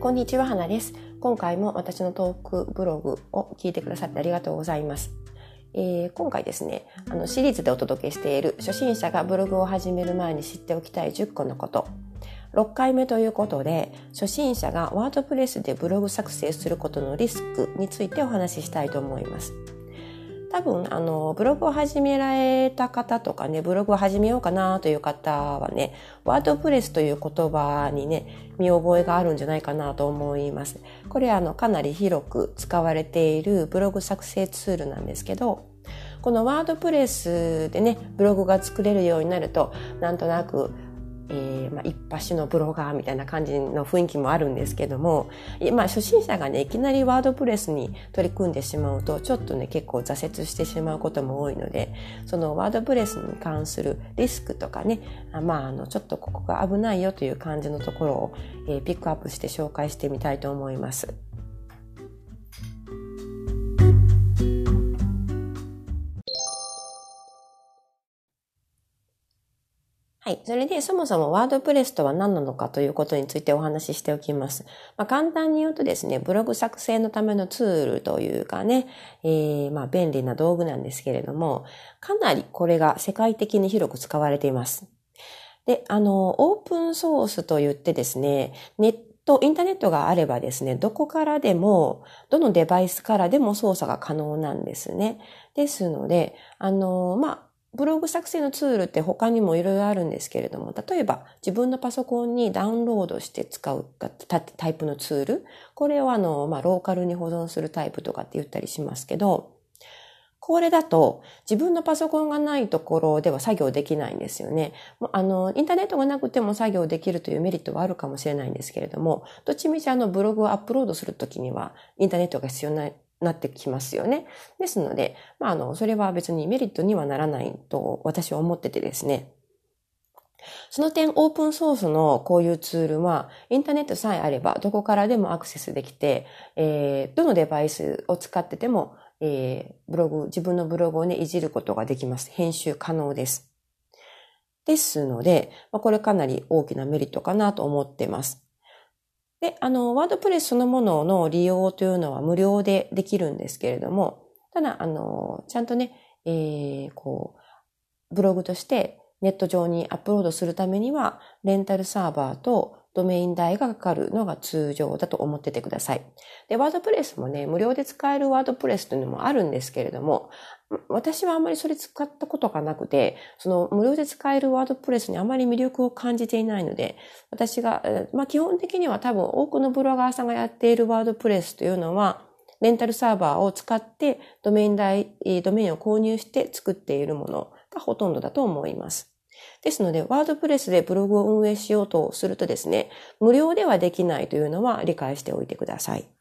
こんにちは、花です。今回も私のトークブログを聞いてくださってありがとうございます。今回ですね、シリーズでお届けしている初心者がブログを始める前に知っておきたい10個のこと。6回目ということで、初心者がワードプレスでブログ作成することのリスクについてお話ししたいと思います。多分ブログを始められた方とかね、ブログを始めようかなという方はね、ワードプレスという言葉にね、見覚えがあるんじゃないかなと思います。これかなり広く使われているブログ作成ツールなんですけど、このワードプレスでね、ブログが作れるようになると、なんとなく一発のブロガーみたいな感じの雰囲気もあるんですけども、初心者がねいきなりワードプレスに取り組んでしまうとちょっとね結構挫折してしまうことも多いので、そのワードプレスに関するリスクとかね、ちょっとここが危ないよという感じのところを、ピックアップして紹介してみたいと思います。はい。それで、そもそもワードプレスとは何なのかということについてお話ししておきます。簡単に言うとですね、ブログ作成のためのツールというかね、便利な道具なんですけれども、かなりこれが世界的に広く使われています。で、オープンソースと言ってですね、インターネットがあればですね、どこからでも、どのデバイスからでも操作が可能なんですね。ですので、ブログ作成のツールって他にもいろいろあるんですけれども、例えば自分のパソコンにダウンロードして使うタイプのツール、これをローカルに保存するタイプとかって言ったりしますけど、これだと自分のパソコンがないところでは作業できないんですよね。インターネットがなくても作業できるというメリットはあるかもしれないんですけれども、どっちみちブログをアップロードするときにはインターネットが必要なってきますよね。ですので、それは別にメリットにはならないと私は思っててですね。その点、オープンソースのこういうツールは、インターネットさえあればどこからでもアクセスできて、どのデバイスを使ってても、自分のブログをね、いじることができます。編集可能です。ですので、これかなり大きなメリットかなと思ってます。で、ワードプレスそのものの利用というのは無料でできるんですけれども、ただ、ちゃんとね、ブログとしてネット上にアップロードするためには、レンタルサーバーとドメイン代がかかるのが通常だと思っててください。で、ワードプレスもね、無料で使えるワードプレスというのもあるんですけれども、私はあんまりそれ使ったことがなくて、その無料で使えるワードプレスにあまり魅力を感じていないので、私が、基本的には多分多くのブロガーさんがやっているワードプレスというのは、レンタルサーバーを使ってドメインを購入して作っているものがほとんどだと思います。ですので、ワードプレスでブログを運営しようとするとですね、無料ではできないというのは理解しておいてください。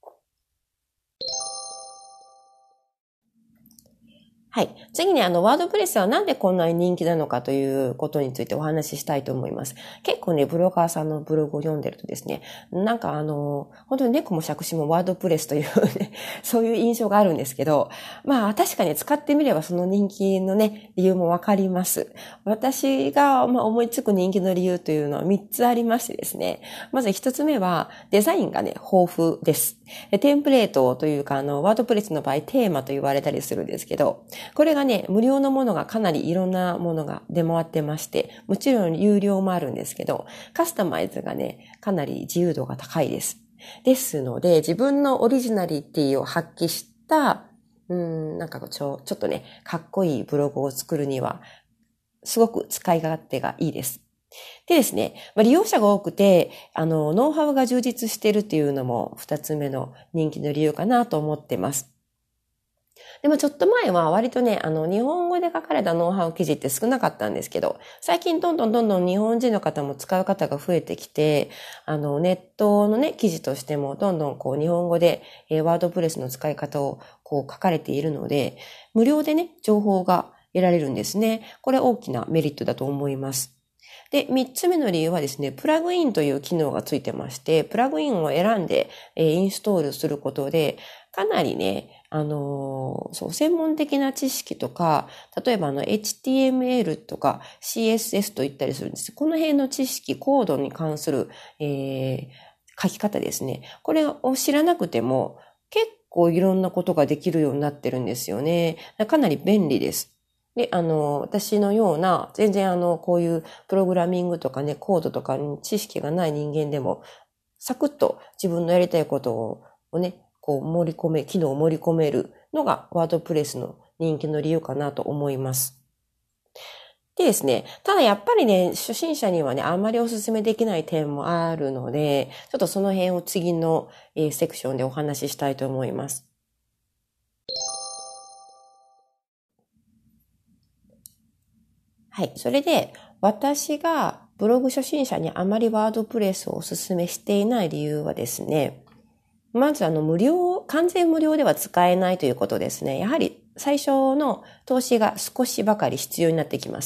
はい。次にワードプレスはなんでこんなに人気なのかということについてお話ししたいと思います。結構ね、ブロガーさんのブログを読んでるとですね、本当に猫も杓子もワードプレスというね、そういう印象があるんですけど、確かに使ってみればその人気のね、理由もわかります。私が思いつく人気の理由というのは3つありましてですね、まず1つ目はデザインがね、豊富です。テンプレートというか、ワードプレスの場合テーマと言われたりするんですけど、これがね、無料のものがかなりいろんなものが出回ってまして、もちろん有料もあるんですけど、カスタマイズがね、かなり自由度が高いです。ですので、自分のオリジナリティを発揮した、ちょっとね、かっこいいブログを作るには、すごく使い勝手がいいです。でですね、利用者が多くて、ノウハウが充実しているっていうのも二つ目の人気の理由かなと思ってます。でもちょっと前は割とね、日本語で書かれたノウハウ記事って少なかったんですけど、最近どんどん日本人の方も使う方が増えてきて、ネットのね、記事としてもどんどん日本語で、ワードプレスの使い方を書かれているので、無料でね、情報が得られるんですね。これ大きなメリットだと思います。で、三つ目の理由はですね、プラグインという機能がついてまして、プラグインを選んで、インストールすることで、かなりね、専門的な知識とか、例えばHTML とか CSS と言ったりするんです。この辺の知識、コードに関する、 書き方ですね。これを知らなくても結構いろんなことができるようになってるんですよね。かなり便利です。で、私のような、全然こういうプログラミングとかね、コードとかに知識がない人間でも、サクッと自分のやりたいことをね、こう機能を盛り込めるのがワードプレスの人気の理由かなと思います。でですね、ただやっぱりね、初心者にはね、あんまりお勧めできない点もあるので、ちょっとその辺を次のセクションでお話ししたいと思います。はい。それで、私がブログ初心者にあまりワードプレスをお勧めしていない理由はですね、まず完全無料では使えないということですね。やはり最初の投資が少しばかり必要になってきます。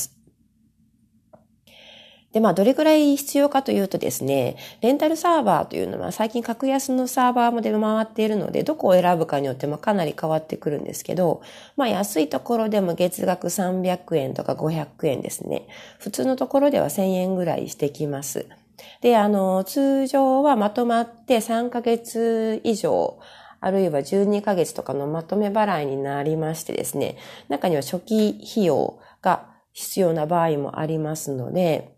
で、どれくらい必要かというとですね、レンタルサーバーというのは最近格安のサーバーも出回っているので、どこを選ぶかによってもかなり変わってくるんですけど、安いところでも月額300円とか500円ですね。普通のところでは1000円ぐらいしてきます。で、通常はまとまって3ヶ月以上、あるいは12ヶ月とかのまとめ払いになりましてですね、中には初期費用が必要な場合もありますので、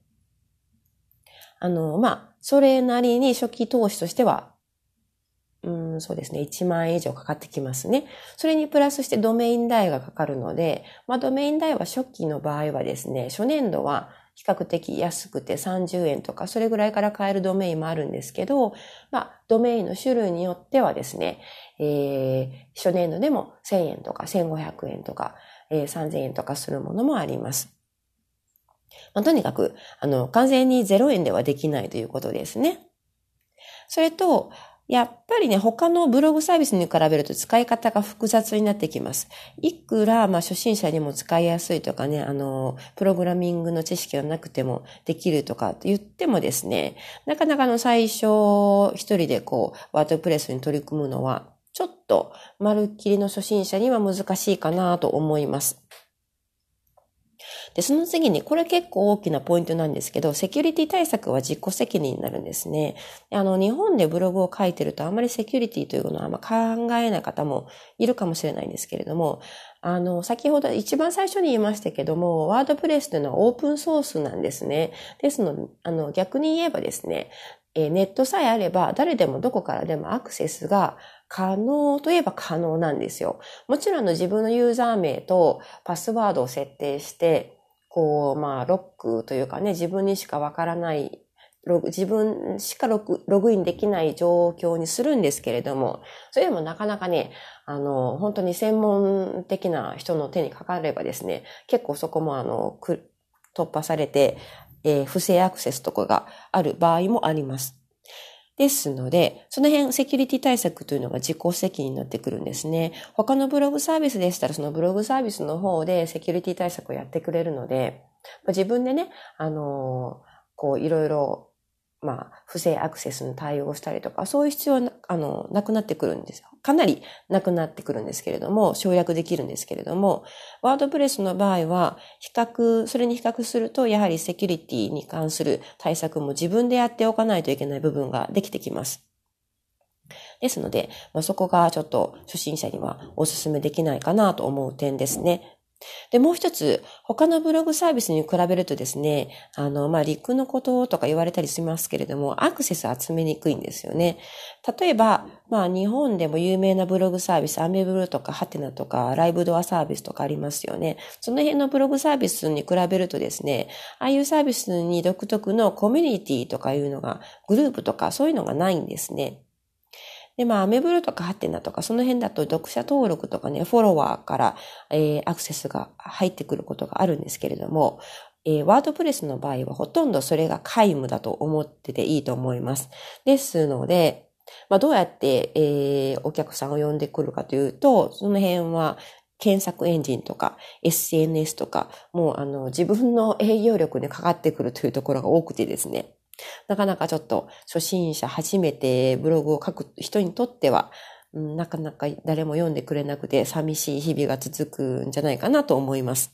それなりに初期投資としては、そうですね、1万円以上かかってきますね。それにプラスしてドメイン代がかかるので、ドメイン代は初期の場合はですね、初年度は比較的安くて30円とか、それぐらいから買えるドメインもあるんですけど、ドメインの種類によってはですね、初年度でも1000円とか1500円とか、3000円とかするものもあります。とにかく、完全に0円ではできないということですね。それと、やっぱりね、他のブログサービスに比べると使い方が複雑になってきます。いくら、初心者にも使いやすいとかね、プログラミングの知識がなくてもできるとかって言ってもですね、なかなか最初、一人でワードプレスに取り組むのは、ちょっと、まるっきりの初心者には難しいかなと思います。で、その次に、これ結構大きなポイントなんですけど、セキュリティ対策は自己責任になるんですね。日本でブログを書いてるとあまりセキュリティというのは考えない方もいるかもしれないんですけれども、先ほど一番最初に言いましたけども、ワードプレスというのはオープンソースなんですね。ですので、逆に言えばですね、ネットさえあれば誰でもどこからでもアクセスが可能といえば可能なんですよ。もちろん自分のユーザー名とパスワードを設定して、ロックというかね、自分にしかわからない、自分しかログインできない状況にするんですけれども、それでもなかなかね、本当に専門的な人の手にかかればですね、結構そこも突破されて、不正アクセスとかがある場合もあります。ですので、その辺セキュリティ対策というのが自己責任になってくるんですね。他のブログサービスでしたら、そのブログサービスの方でセキュリティ対策をやってくれるので、自分でね、いろいろ不正アクセスに対応したりとか、そういう必要は、なくなってくるんですよ。かなりなくなってくるんですけれども、省略できるんですけれども、ワードプレスの場合は、それに比較すると、やはりセキュリティに関する対策も自分でやっておかないといけない部分ができてきます。ですので、そこがちょっと初心者にはお勧めできないかなと思う点ですね。で、もう一つ、他のブログサービスに比べるとですね、リックのこととか言われたりしますけれども、アクセス集めにくいんですよね。例えば、日本でも有名なブログサービス、アメブロとかハテナとか、ライブドアサービスとかありますよね。その辺のブログサービスに比べるとですね、ああいうサービスに独特のコミュニティとかいうのが、グループとかそういうのがないんですね。で、アメブロとかハテナとか、その辺だと読者登録とかね、フォロワーから、アクセスが入ってくることがあるんですけれども、ワードプレスの場合はほとんどそれが皆無だと思ってていいと思います。ですので、どうやって、お客さんを呼んでくるかというと、その辺は検索エンジンとか SNS とか、もう自分の営業力にかかってくるというところが多くてですね、なかなかちょっと初心者初めてブログを書く人にとっては、なかなか誰も読んでくれなくて寂しい日々が続くんじゃないかなと思います。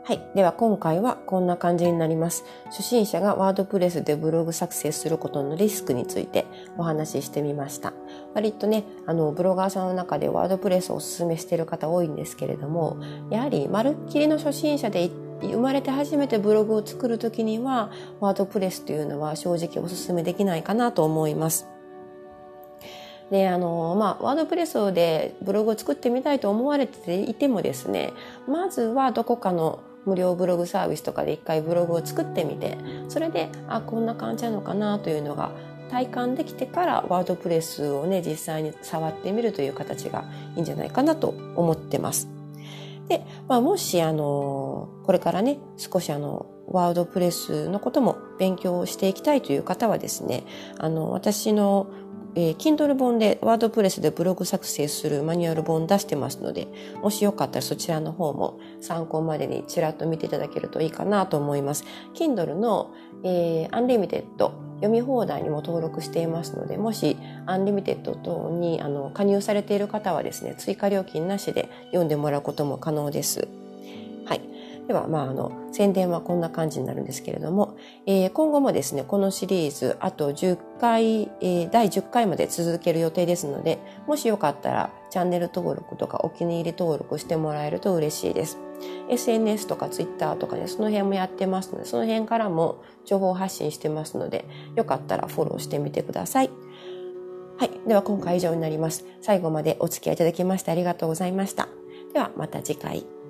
はい。では今回はこんな感じになります。初心者がワードプレスでブログ作成することのリスクについてお話ししてみました。割とね、ブロガーさんの中でワードプレスをお勧めしている方多いんですけれども、やはりまるっきりの初心者で生まれて初めてブログを作るときには、ワードプレスというのは正直お勧めできないかなと思います。で、ワードプレスでブログを作ってみたいと思われていてもですね、まずはどこかの無料ブログサービスとかで一回ブログを作ってみて、それで、こんな感じなのかなというのが体感できてからワードプレスをね、実際に触ってみるという形がいいんじゃないかなと思ってます。で、もし、これからね、少しワードプレスのことも勉強していきたいという方はですね、私のKindle 本でワードプレスでブログ作成するマニュアル本出してますので、もしよかったらそちらの方も参考までにちらっと見ていただけるといいかなと思います。Kindle の、アンリミテッド読み放題にも登録していますので、もしアンリミテッド等に加入されている方はですね、追加料金なしで読んでもらうことも可能です。はい。では、宣伝はこんな感じになるんですけれども、今後もですね、このシリーズ、あと10回、第10回まで続ける予定ですので、もしよかったら、チャンネル登録とかお気に入り登録してもらえると嬉しいです。SNS とか Twitter とかね、その辺もやってますので、その辺からも情報発信してますので、よかったらフォローしてみてください。はい。では、今回以上になります。最後までお付き合いいただきましてありがとうございました。では、また次回。